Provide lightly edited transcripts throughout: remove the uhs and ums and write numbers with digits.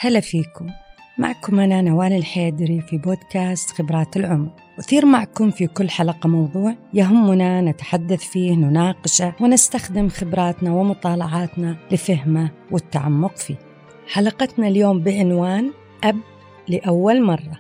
هلا فيكم، معكم أنا نوال الحيدري في بودكاست خبرات العمر. أثير معكم في كل حلقة موضوع يهمنا نتحدث فيه، نناقشه ونستخدم خبراتنا ومطالعاتنا لفهمه والتعمق فيه. حلقتنا اليوم بعنوان أب لأول مرة.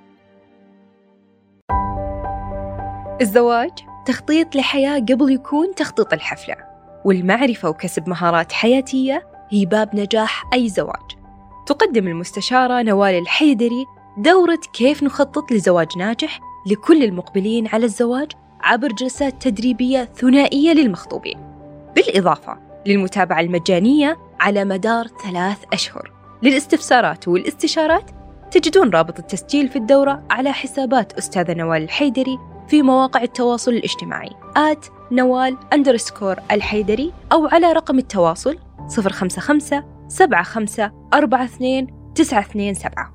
الزواج تخطيط لحياة قبل يكون تخطيط الحفلة، والمعرفة وكسب مهارات حياتية هي باب نجاح أي زواج. تقدم المستشارة نوال الحيدري دورة كيف نخطط لزواج ناجح لكل المقبلين على الزواج عبر جلسات تدريبية ثنائية للمخطوبين، بالإضافة للمتابعة المجانية على مدار 3 أشهر. للاستفسارات والاستشارات تجدون رابط التسجيل في الدورة على حسابات أستاذة نوال الحيدري في مواقع التواصل الاجتماعي @نوال_الحيدري أو على رقم التواصل 055-75-42-927.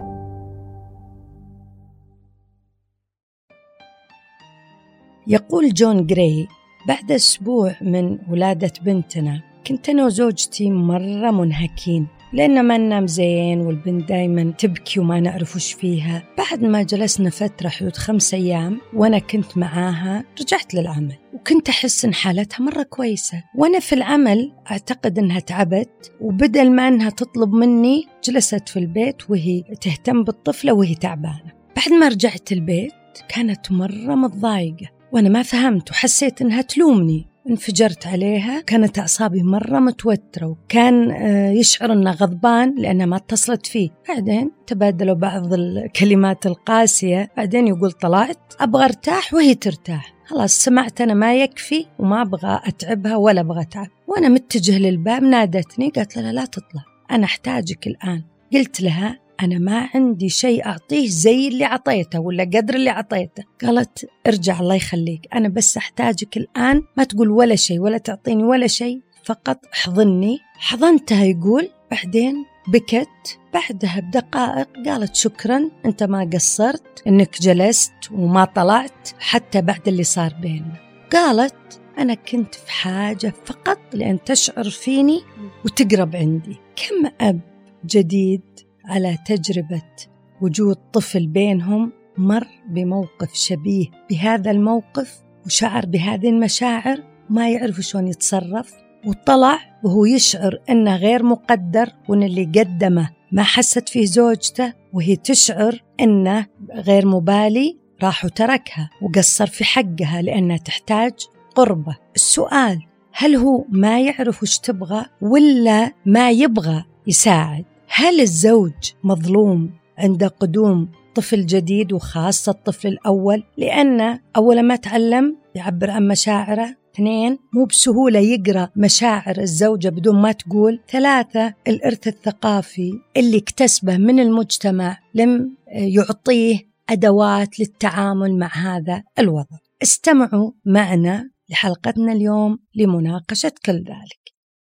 يقول جون جراي: بعد أسبوع من ولادة بنتنا كنت أنا وزوجتي مرة منهكين لأن ما ننام زين، والبنت دايما تبكي وما نعرف وش فيها. بعد ما جلسنا فترة حدود 5 أيام وأنا كنت معاها، رجعت للعمل وكنت أحس إن حالتها مرة كويسة، وأنا في العمل أعتقد إنها تعبت، وبدل ما إنها تطلب مني جلست في البيت وهي تهتم بالطفلة وهي تعبانة. بعد ما رجعت البيت كانت مرة متضايقة وأنا ما فهمت، وحسيت إنها تلومني. انفجرت عليها، كانت أعصابي مرة متوترة، وكان يشعر أنه غضبان لأنها ما اتصلت فيه. بعدين تبادلوا بعض الكلمات القاسية، بعدين يقول طلعت أبغى أرتاح وهي ترتاح، خلاص سمعت أنا ما يكفي وما أبغى أتعبها ولا أبغى أتعب. وأنا متجه للباب نادتني، قالت لها لا تطلع، أنا أحتاجك الآن. قلت لها أنا ما عندي شيء أعطيه زي اللي عطيته ولا قدر اللي عطيته. قالت ارجع الله يخليك، أنا بس أحتاجك الآن، ما تقول ولا شيء ولا تعطيني ولا شيء، فقط احضني. حضنتها يقول، بعدين بكت. بعدها بدقائق قالت شكرا، أنت ما قصرت إنك جلست وما طلعت حتى بعد اللي صار بيننا. قالت أنا كنت في حاجة فقط لأن تشعر فيني وتقرب عندي. كم أب جديد على تجربة وجود طفل بينهم مر بموقف شبيه بهذا الموقف وشعر بهذه المشاعر، ما يعرف شلون يتصرف، وطلع وهو يشعر أنه غير مقدر، وأن اللي قدمه ما حست فيه زوجته، وهي تشعر أنه غير مبالي، راح وتركها وقصر في حقها لأنها تحتاج قربة. السؤال: هل هو ما يعرف وش تبغى ولا ما يبغى يساعد؟ هل الزوج مظلوم عند قدوم طفل جديد، وخاصة الطفل الأول، لأنه أولا ما تعلم يعبر عن مشاعره، 2 مو بسهولة يقرأ مشاعر الزوجة بدون ما تقول، 3 الإرث الثقافي اللي اكتسبه من المجتمع لم يعطيه أدوات للتعامل مع هذا الوضع. استمعوا معنا لحلقتنا اليوم لمناقشة كل ذلك.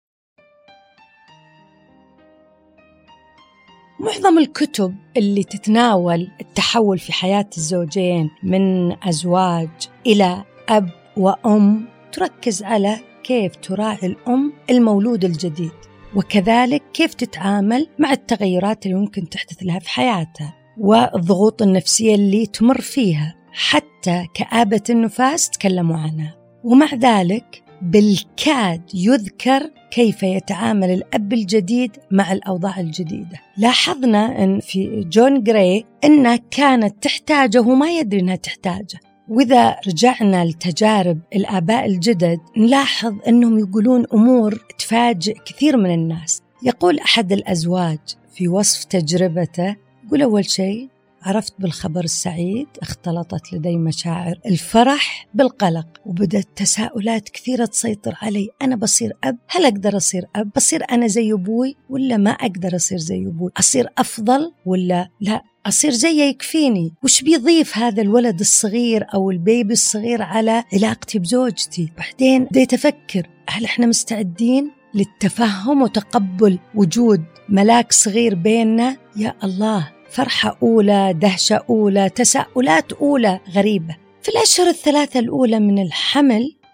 معظم الكتب اللي تتناول التحول في حياة الزوجين من أزواج إلى أب وأم تركز على كيف تراعي الأم المولود الجديد، وكذلك كيف تتعامل مع التغيرات اللي ممكن تحدث لها في حياتها والضغوط النفسية اللي تمر فيها، حتى كآبة النفاس تكلموا عنها. ومع ذلك بالكاد يذكر كيف يتعامل الأب الجديد مع الأوضاع الجديدة. لاحظنا أن في جون جراي أنها كانت تحتاجه وما يدري أنها تحتاجه. وإذا رجعنا لتجارب الآباء الجدد نلاحظ أنهم يقولون أمور تفاجئ كثير من الناس. يقول أحد الأزواج في وصف تجربته، يقول أول شيء عرفت بالخبر السعيد، اختلطت لدي مشاعر الفرح بالقلق، وبدأت تساؤلات كثيرة تسيطر علي. أنا بصير أب؟ هل أقدر أصير أب؟ بصير أنا زي أبوي ولا ما أقدر أصير زي أبوي؟ أصير أفضل ولا لا أصير زيه يكفيني؟ وش بيضيف هذا الولد الصغير أو البيبي الصغير على علاقتي بزوجتي؟ بعدين بديت أفكر، هل إحنا مستعدين للتفهم وتقبل وجود ملاك صغير بيننا؟ يا الله، فرحة أولى، دهشة أولى، تساؤلات أولى غريبة. في الأشهر 3 الأولى من الحمل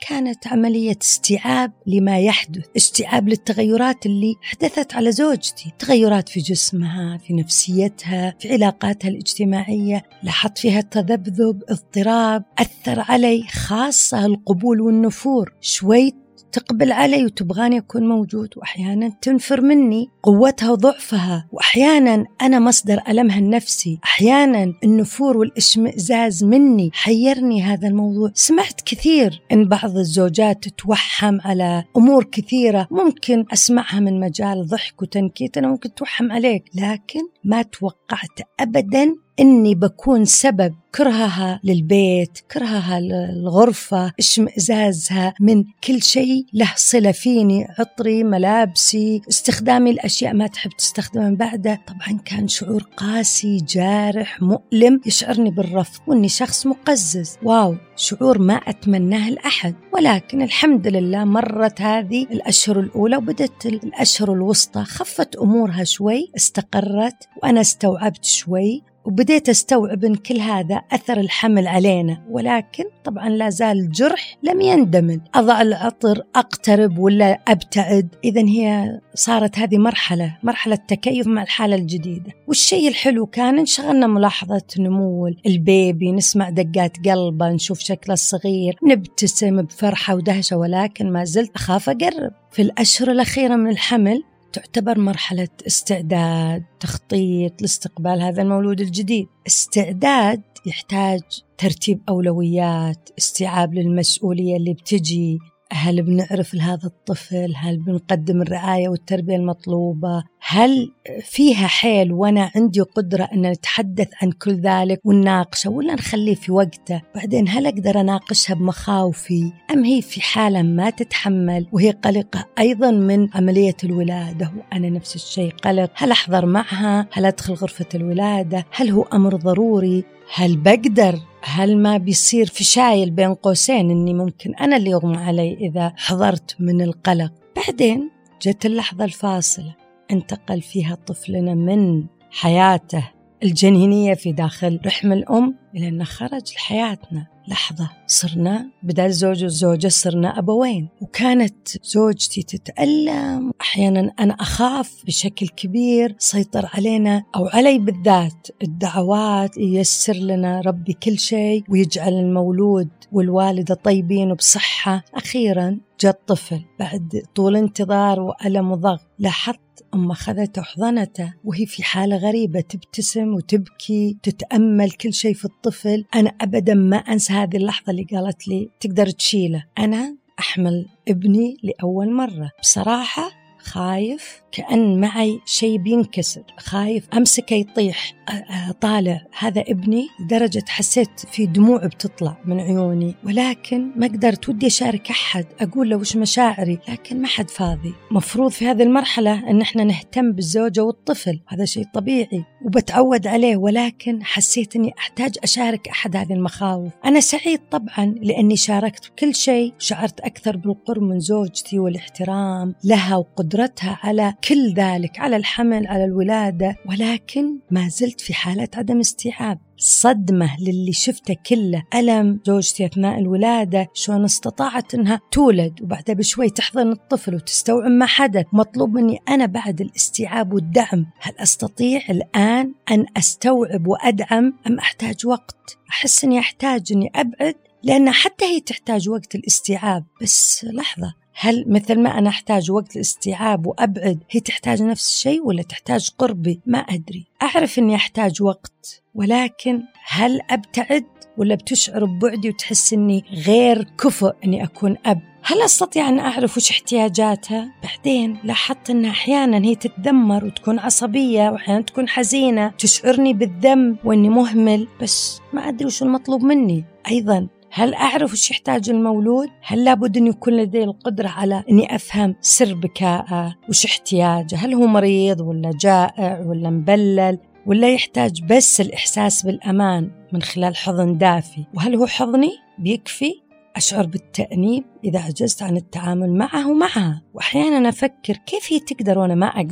كانت عملية استيعاب لما يحدث، استيعاب للتغيرات اللي حدثت على زوجتي، تغيرات في جسمها، في نفسيتها، في علاقاتها الاجتماعية، لاحظت فيها تذبذب، اضطراب أثر علي، خاصة القبول والنفور. شوي تقبل علي وتبغاني أكون موجود، وأحيانا تنفر مني، قوتها وضعفها، وأحيانا أنا مصدر ألمها النفسي، أحيانا النفور والاشمئزاز مني حيرني هذا الموضوع. سمعت كثير إن بعض الزوجات تتوحم على أمور كثيرة، ممكن أسمعها من مجال ضحك وتنكيت، أنا ممكن توحم عليك، لكن ما توقعت أبدا إني بكون سبب كرهها للبيت، كرهها للغرفة، اشمئزازها من كل شيء له صلة فيني، عطري، ملابسي، استخدامي الأشياء ما تحب تستخدمها من بعده. طبعا كان شعور قاسي، جارح، مؤلم، يشعرني بالرفض وإني شخص مقزز. واو، شعور ما أتمناه لأحد. ولكن الحمد لله مرت هذه الأشهر الأولى وبدت الأشهر الوسطى، خفت أمورها شوي، استقرت وأنا استوعبت شوي، وبديت أستوعب أن كل هذا أثر الحمل علينا. ولكن طبعا لا زال الجرح لم يندمل، أضع العطر، أقترب ولا أبتعد. إذن هي صارت هذه مرحلة تكيف مع الحالة الجديدة. والشيء الحلو كان انشغلنا ملاحظة نمو البيبي، نسمع دقات قلبه، نشوف شكله الصغير، نبتسم بفرحة ودهشة. ولكن ما زلت أخاف أقرب. في الأشهر الأخيرة من الحمل تعتبر مرحلة استعداد، تخطيط لاستقبال هذا المولود الجديد. استعداد يحتاج ترتيب أولويات، استيعاب للمسؤولية اللي بتجي. هل بنعرف لهذا الطفل؟ هل بنقدم الرعاية والتربية المطلوبة؟ هل فيها حيل وأنا عندي قدرة أن نتحدث عن كل ذلك ونناقشه، ولا نخليه في وقته؟ بعدين هل أقدر أناقشها بمخاوفي، أم هي في حالة ما تتحمل وهي قلقة أيضا من عملية الولادة وأنا نفس الشيء قلق؟ هل أحضر معها؟ هل أدخل غرفة الولادة؟ هل هو أمر ضروري؟ هل بقدر؟ هل ما بيصير في شايل بين قوسين أني ممكن أنا اللي يغمى علي إذا حضرت من القلق؟ بعدين جت اللحظة الفاصلة انتقل فيها طفلنا من حياته الجنينية في داخل رحم الأم إلى أنه خرج لحياتنا. لحظة صرنا بدل زوج وزوجة، صرنا أبوين. وكانت زوجتي تتألم، أحيانا أنا أخاف بشكل كبير سيطر علينا أو علي بالذات الدعوات، ييسر لنا ربي كل شيء ويجعل المولود والوالدة طيبين وبصحة. أخيرا جاء الطفل بعد طول انتظار وألم وضغط. لاحظت أم أخذته وحضنته وهي في حالة غريبة، تبتسم وتبكي، تتأمل كل شيء في الطفل. أنا أبدا ما أنسى هذه اللحظة اللي قالت لي تقدر تشيله. أنا أحمل ابني لأول مرة، بصراحة خايف، كأن معي شيء بينكسر، خايف أمسكه يطيح. طالع هذا ابني لدرجة حسيت في دموع بتطلع من عيوني، ولكن ما قدرت، ودي أشارك أحد، أقول له وش مشاعري، لكن ما حد فاضي. مفروض في هذه المرحلة أن احنا نهتم بالزوجة والطفل، هذا شيء طبيعي وبتعود عليه، ولكن حسيت أني أحتاج أشارك أحد هذه المخاوف. أنا سعيد طبعا لأني شاركت كل شيء، شعرت أكثر بالقرب من زوجتي والاحترام لها وقدرتها على كل ذلك، على الحمل، على الولادة، ولكن ما زلت في حالة عدم استيعاب. صدمة للي شفته كله، ألم زوجتي أثناء الولادة، شلون استطاعت أنها تولد وبعدها بشوي تحضن الطفل وتستوعب ما حدث. مطلوب مني أنا بعد الاستيعاب والدعم. هل أستطيع الآن أن أستوعب وأدعم أم أحتاج وقت؟ أحس أني أحتاج أني أبعد، لأن حتى هي تحتاج وقت الاستيعاب. بس لحظة، هل مثل ما أنا أحتاج وقت الاستيعاب وأبعد هي تحتاج نفس الشيء ولا تحتاج قربي؟ ما أدري. أعرف أني أحتاج وقت، ولكن هل أبتعد ولا بتشعر ببعدي وتحس أني غير كفؤ أني أكون أب؟ هل أستطيع أن أعرف وش احتياجاتها؟ بعدين لاحظت أن أحيانا هي تتذمر وتكون عصبية، وأحيانا تكون حزينة، تشعرني بالذنب وأني مهمل، بس ما أدري وش المطلوب مني. أيضا هل أعرف وش يحتاج المولود؟ هل لابد أن يكون لدي القدرة على أني أفهم سر بكاءه، وش احتياجه؟ هل هو مريض ولا جائع ولا مبلل، ولا يحتاج بس الإحساس بالأمان من خلال حضن دافي؟ وهل هو حضني بيكفي؟ أشعر بالتأنيب إذا عجزت عن التعامل معه ومعها. وأحيانا أفكر كيف هي تقدر وأنا ما أقدر.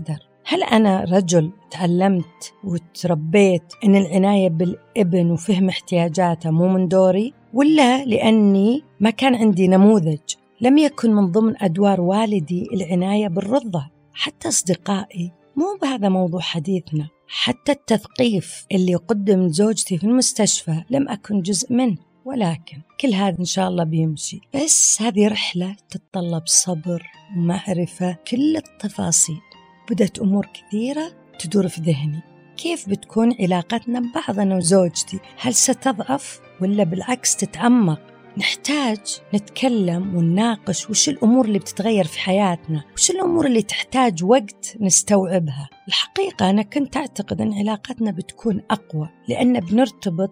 هل أنا رجل تعلمت وتربيت أن العناية بالابن وفهم احتياجاته مو من دوري، ولا لأني ما كان عندي نموذج؟ لم يكن من ضمن أدوار والدي العناية بالرضع. حتى أصدقائي، مو بهذا موضوع حديثنا، حتى التثقيف اللي قدم زوجتي في المستشفى لم أكن جزء منه. ولكن كل هذا إن شاء الله بيمشي، بس هذه رحلة تتطلب صبر ومعرفة كل التفاصيل. بدأت أمور كثيرة تدور في ذهني، كيف بتكون علاقتنا ببعض أنا وزوجتي؟ هل ستضعف ولا بالعكس تتعمق؟ نحتاج نتكلم ونناقش وش الأمور اللي بتتغير في حياتنا، وش الأمور اللي تحتاج وقت نستوعبها. الحقيقة أنا كنت أعتقد أن علاقتنا بتكون أقوى لأن بنرتبط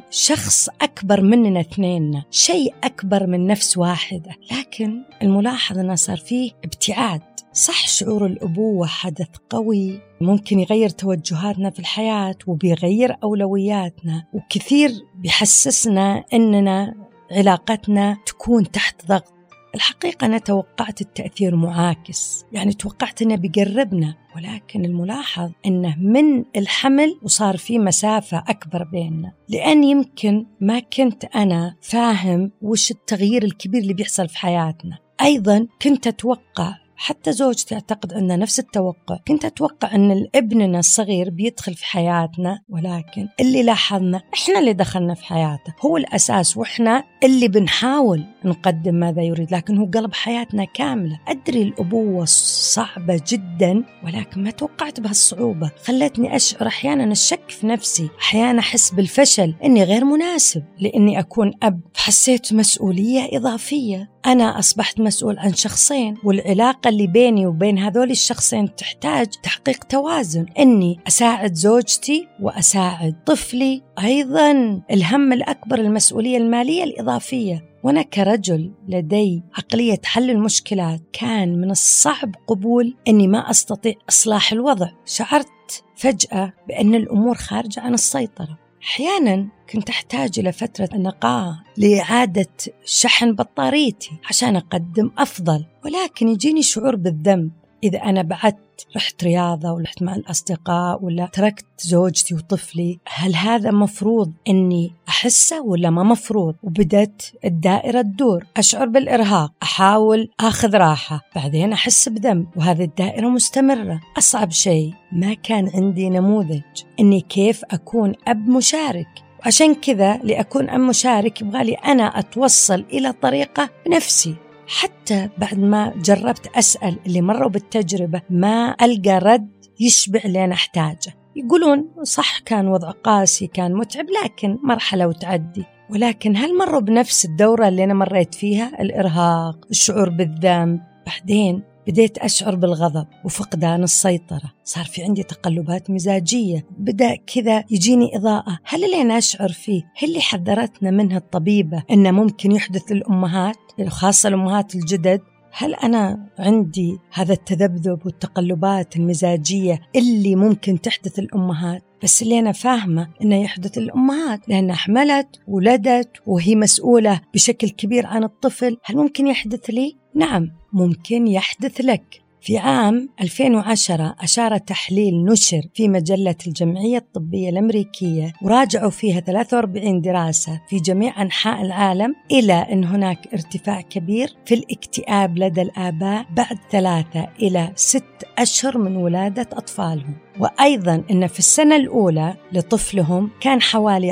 بشخص أكبر مننا اثنين، شيء أكبر من نفس واحدة. لكن الملاحظة أنه صار فيه ابتعاد. صح، شعور الأبوة حدث قوي ممكن يغير توجهاتنا في الحياة وبيغير أولوياتنا، وكثير بيحسسنا أننا علاقتنا تكون تحت ضغط. الحقيقة أنا توقعت التأثير معاكس، يعني توقعت أنه بيقربنا، ولكن الملاحظ أنه من الحمل وصار في مسافة أكبر بيننا، لأن يمكن ما كنت أنا فاهم وش التغيير الكبير اللي بيحصل في حياتنا. أيضا كنت أتوقع، حتى زوجتي أعتقد أنه نفس التوقع، كنت أتوقع أن ابننا الصغير بيدخل في حياتنا، ولكن اللي لاحظنا إحنا اللي دخلنا في حياته، هو الأساس وإحنا اللي بنحاول نقدم ماذا يريد، لكن هو قلب حياتنا كاملة. أدري الأبوة صعبة جدا، ولكن ما توقعت بهالصعوبة. خلتني أشعر أحيانا الشك في نفسي، أحيانا أحس بالفشل، إني غير مناسب لإني أكون أب. حسيت مسؤولية إضافية، أنا أصبحت مسؤول عن شخصين، والعلاقة اللي بيني وبين هذول الشخصين تحتاج تحقيق توازن، إني أساعد زوجتي وأساعد طفلي. أيضا الهم الأكبر المسؤولية المالية الإضافية. وأنا كرجل لدي عقلية حل المشكلات كان من الصعب قبول أني ما أستطيع إصلاح الوضع. شعرت فجأة بأن الأمور خارجة عن السيطرة. أحيانا كنت أحتاج إلى فترة نقاهة لإعادة شحن بطاريتي عشان أقدم أفضل، ولكن يجيني شعور بالذنب إذا أنا بعدت، رحت رياضة ورحت مع الأصدقاء ولا تركت زوجتي وطفلي. هل هذا مفروض أني أحسه ولا ما مفروض؟ وبدأت الدائرة تدور، أشعر بالإرهاق، أحاول أخذ راحة، بعدين أحس بذنب، وهذه الدائرة مستمرة. أصعب شيء ما كان عندي نموذج أني كيف أكون أب مشارك، وعشان كذا لأكون أب مشارك يبغالي أنا أتوصل إلى طريقة بنفسي. حتى بعد ما جربت أسأل اللي مروا بالتجربة ما ألقى رد يشبع اللي أنا أحتاجه. يقولون صح كان وضع قاسي، كان متعب، لكن مرحلة وتعدي. ولكن هل مروا بنفس الدورة اللي أنا مريت فيها؟ الإرهاق، الشعور بالذنب. بعدين بديت أشعر بالغضب وفقدان السيطرة، صار في عندي تقلبات مزاجية، بدأ كذا يجيني إضاءة. هل اللي أنا أشعر فيه هل اللي حذرتنا منها الطبيبة إنه ممكن يحدث للأمهات، خاصة الأمهات الجدد؟ هل أنا عندي هذا التذبذب والتقلبات المزاجية اللي ممكن تحدث الأمهات؟ بس اللي أنا فاهمة إنه يحدث الأمهات لأنها حملت ولدت وهي مسؤولة بشكل كبير عن الطفل. هل ممكن يحدث لي؟ نعم، ممكن يحدث لك. في عام 2010 أشار تحليل نشر في مجلة الجمعية الطبية الأمريكية، وراجعوا فيها 43 دراسة في جميع أنحاء العالم، إلى أن هناك ارتفاع كبير في الاكتئاب لدى الآباء بعد 3 إلى 6 أشهر من ولادة أطفالهم. وأيضا أن في السنة الأولى لطفلهم كان حوالي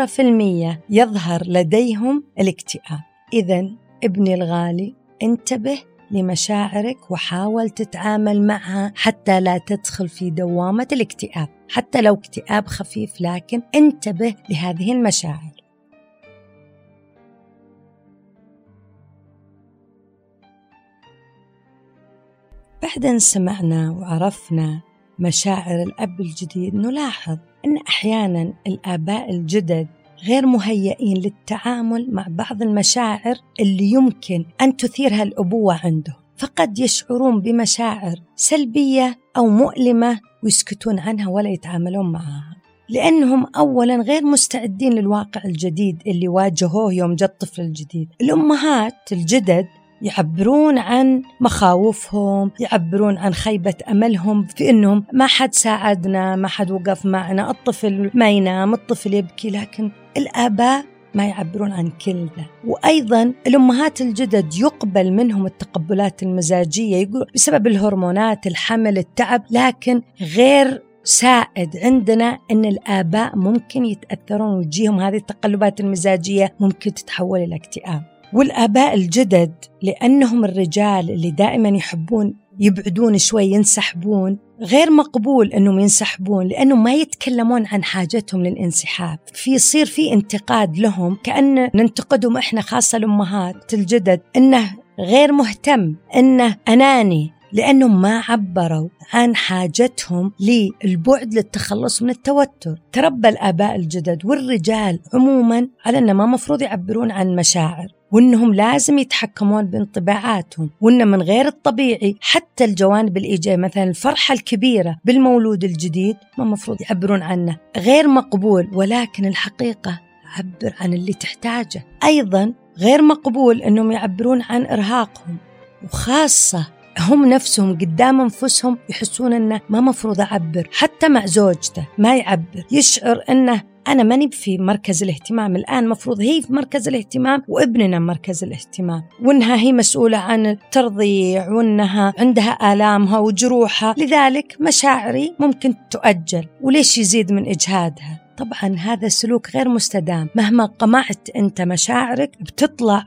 10% يظهر لديهم الاكتئاب. إذن ابني الغالي، انتبه لمشاعرك وحاول تتعامل معها حتى لا تدخل في دوامة الاكتئاب، حتى لو اكتئاب خفيف، لكن انتبه لهذه المشاعر. بعد أن سمعنا وعرفنا مشاعر الأب الجديد، نلاحظ أن أحيانا الآباء الجدد غير مهيئين للتعامل مع بعض المشاعر اللي يمكن أن تثيرها الأبوة عندهم، فقد يشعرون بمشاعر سلبية أو مؤلمة ويسكتون عنها ولا يتعاملون معها، لأنهم أولا غير مستعدين للواقع الجديد اللي واجهوه يوم جاء الطفل الجديد. الأمهات الجدد يعبرون عن مخاوفهم، يعبرون عن خيبة أملهم في أنهم ما حد ساعدنا، ما حد وقف معنا، الطفل ما ينام، الطفل يبكي. لكن الآباء ما يعبرون عن كل ذا. وأيضا الأمهات الجدد يقبل منهم التقبلات المزاجية، يقول بسبب الهرمونات، الحمل، التعب، لكن غير سائد عندنا أن الآباء ممكن يتأثرون ويجيهم هذه التقلبات المزاجية، ممكن تتحول إلى اكتئاب. والآباء الجدد لأنهم الرجال اللي دائما يحبون يبعدون شوي، ينسحبون، غير مقبول أنهم ينسحبون لأنهم ما يتكلمون عن حاجتهم للانسحاب. يصير في انتقاد لهم، كأن ننتقدهم إحنا خاصة الأمهات الجدد أنه غير مهتم، أنه أناني، لأنهم ما عبروا عن حاجتهم للبعد للتخلص من التوتر. تربى الآباء الجدد والرجال عموما على أنه ما مفروض يعبرون عن مشاعر، وأنهم لازم يتحكمون بانطباعاتهم، وأن من غير الطبيعي حتى الجوانب الإيجابية مثلا الفرحة الكبيرة بالمولود الجديد ما مفروض يعبرون عنه، غير مقبول. ولكن الحقيقة عبر عن اللي تحتاجه. أيضا غير مقبول أنهم يعبرون عن إرهاقهم، وخاصة هم نفسهم قدام أنفسهم يحسون أنه ما مفروض أعبر. حتى مع زوجته ما يعبر، يشعر أنه أنا ماني في مركز الاهتمام الآن، مفروض هي في مركز الاهتمام وابننا مركز الاهتمام، وأنها هي مسؤولة عن الترضيع، وأنها عندها آلامها وجروحها، لذلك مشاعري ممكن تؤجل، وليش يزيد من إجهادها. طبعا هذا سلوك غير مستدام. مهما قمعت أنت مشاعرك بتطلع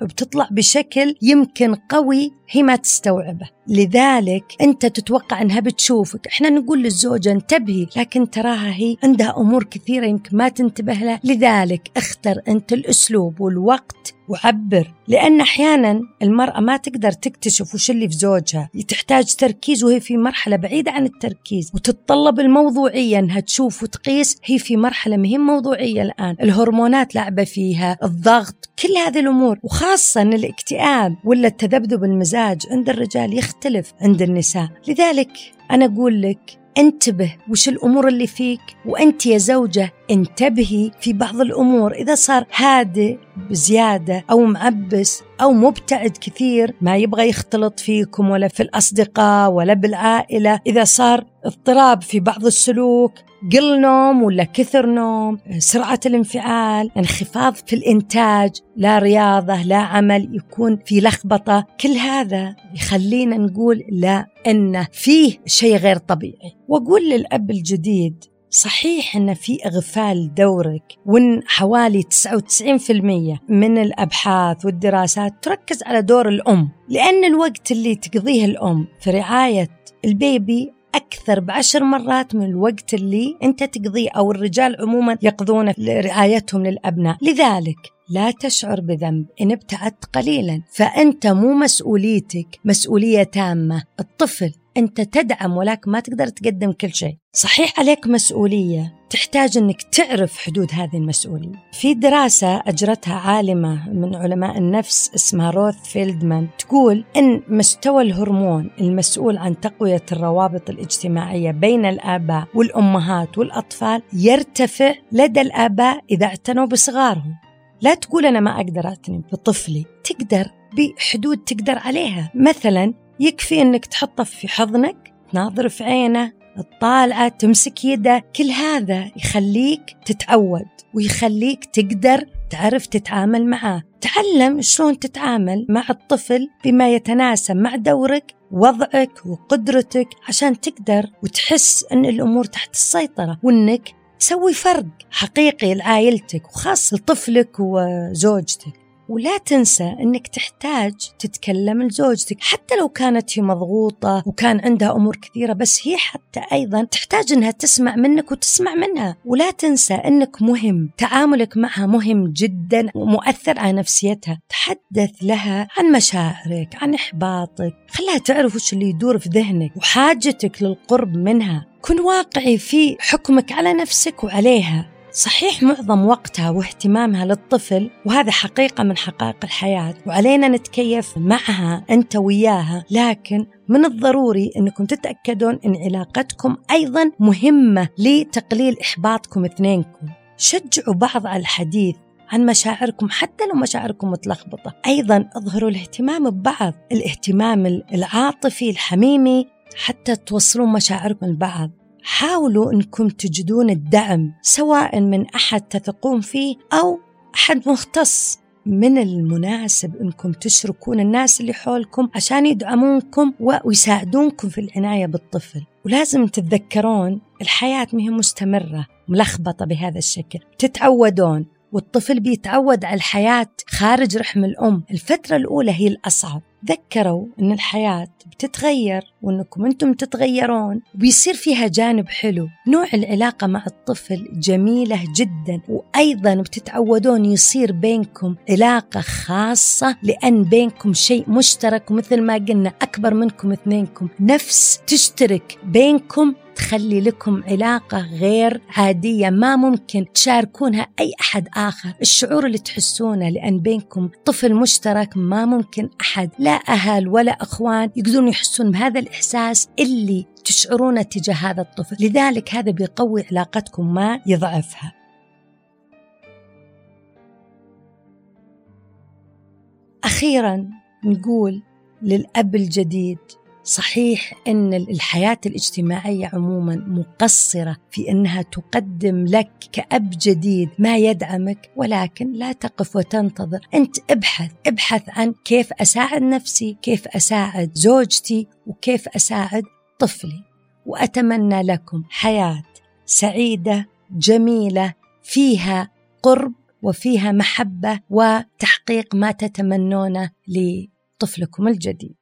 بشكل يمكن قوي هي ما تستوعبه، لذلك أنت تتوقع أنها بتشوفك. إحنا نقول للزوجة انتبهي، لكن تراها هي عندها أمور كثيرة يمكن ما تنتبه لها، لذلك اختر أنت الأسلوب والوقت وعبر. لأن أحيانا المرأة ما تقدر تكتشف وش اللي في زوجها، تحتاج تركيز وهي في مرحلة بعيدة عن التركيز، وتتطلب الموضوعية أنها تشوف وتقيس. هي في مرحلة مهم موضوعية الآن، الهرمونات لعبة فيها، الضغط، كل هذه الأمور. وخاصة أن الاكتئاب ولا التذبذب المزاج عند الرجال يختلف عند النساء. لذلك أنا أقول لك انتبه وش الأمور اللي فيك، وأنت يا زوجة انتبهي في بعض الأمور. إذا صار هادئ بزيادة أو معبس أو مبتعد كثير، ما يبغى يختلط فيكم ولا في الأصدقاء ولا بالعائلة، إذا صار اضطراب في بعض السلوك، قل نوم ولا كثر نوم، سرعة الانفعال، انخفاض في الإنتاج، لا رياضة لا عمل، يكون في لخبطة، كل هذا يخلينا نقول لا، إنه فيه شيء غير طبيعي. وأقول للأب الجديد صحيح إن في إغفال دورك، وإن حوالي 99% من الأبحاث والدراسات تركز على دور الأم، لأن الوقت اللي تقضيه الأم في رعاية البيبي أكثر ب10 مرات من الوقت اللي أنت تقضيه أو الرجال عموما يقضون لرعايتهم للأبناء. لذلك لا تشعر بذنب إن ابتعدت قليلا، فأنت مو مسؤوليتك مسؤولية تامة. الطفل أنت تدعم ولكن ما تقدر تقدم كل شيء. صحيح عليك مسؤولية، تحتاج أنك تعرف حدود هذه المسؤولية. في دراسة أجرتها عالمة من علماء النفس اسمها روث فيلدمان، تقول أن مستوى الهرمون المسؤول عن تقوية الروابط الاجتماعية بين الآباء والأمهات والأطفال يرتفع لدى الآباء إذا اعتنوا بصغارهم. لا تقول أنا ما أقدر أعتني بطفلي، تقدر بحدود تقدر عليها. مثلا يكفي أنك تحطه في حضنك، تناظر في عينه، تطالعه، تمسك يده، كل هذا يخليك تتعود ويخليك تقدر تعرف تتعامل معه. تعلم شلون تتعامل مع الطفل بما يتناسب مع دورك، وضعك وقدرتك، عشان تقدر وتحس أن الأمور تحت السيطرة، وأنك تسوي فرق حقيقي لعائلتك وخاصة لطفلك وزوجتك. ولا تنسى أنك تحتاج تتكلم لزوجتك حتى لو كانت هي مضغوطة وكان عندها أمور كثيرة، بس هي حتى أيضا تحتاج أنها تسمع منك وتسمع منها. ولا تنسى أنك مهم، تعاملك معها مهم جدا ومؤثر على نفسيتها. تحدث لها عن مشاعرك، عن إحباطك، خلها تعرف وش اللي يدور في ذهنك وحاجتك للقرب منها. كن واقعي في حكمك على نفسك وعليها. صحيح معظم وقتها واهتمامها للطفل، وهذا حقيقة من حقائق الحياة، وعلينا نتكيف معها أنت وياها، لكن من الضروري أنكم تتأكدون أن علاقتكم أيضا مهمة لتقليل إحباطكم اثنينكم. شجعوا بعض على الحديث عن مشاعركم حتى لو مشاعركم متلخبطة. أيضا اظهروا الاهتمام ببعض، الاهتمام العاطفي الحميمي حتى توصلون مشاعركم لبعض. حاولوا أنكم تجدون الدعم سواء من أحد تثقون فيه أو أحد مختص. من المناسب أنكم تشركون الناس اللي حولكم عشان يدعمونكم ويساعدونكم في العناية بالطفل. ولازم تتذكرون الحياة مهي مستمرة ملخبطة بهذا الشكل، تتعودون والطفل بيتعود على الحياة خارج رحم الأم. الفترة الأولى هي الأصعب. ذكروا أن الحياة بتتغير وأنكم أنتم تتغيرون وبيصير فيها جانب حلو. نوع العلاقة مع الطفل جميلة جدا، وأيضا بتتعودون يصير بينكم علاقة خاصة لأن بينكم شيء مشترك، ومثل ما قلنا أكبر منكم اثنينكم، نفس تشترك بينكم تخلي لكم علاقة غير عادية ما ممكن تشاركونها أي أحد آخر. الشعور اللي تحسونه لأن بينكم طفل مشترك ما ممكن أحد لا أهل ولا أخوان يقدرون يحسون بهذا الإحساس اللي تشعرونه تجاه هذا الطفل. لذلك هذا بيقوي علاقتكم ما يضعفها. أخيرا نقول للأب الجديد، صحيح أن الحياة الاجتماعية عموما مقصرة في أنها تقدم لك كأب جديد ما يدعمك، ولكن لا تقف وتنتظر. أنت ابحث عن كيف أساعد نفسي، كيف أساعد زوجتي، وكيف أساعد طفلي. وأتمنى لكم حياة سعيدة جميلة فيها قرب وفيها محبة وتحقيق ما تتمنونه لطفلكم الجديد.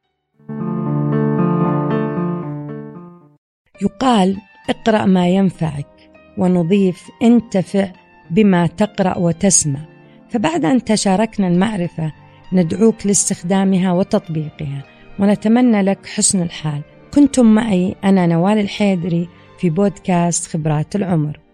يقال اقرأ ما ينفعك، ونضيف انتفع بما تقرأ وتسمع. فبعد أن تشاركنا المعرفة ندعوك لاستخدامها وتطبيقها، ونتمنى لك حسن الحال. كنتم معي أنا نوال الحيدري في بودكاست خبرات العمر.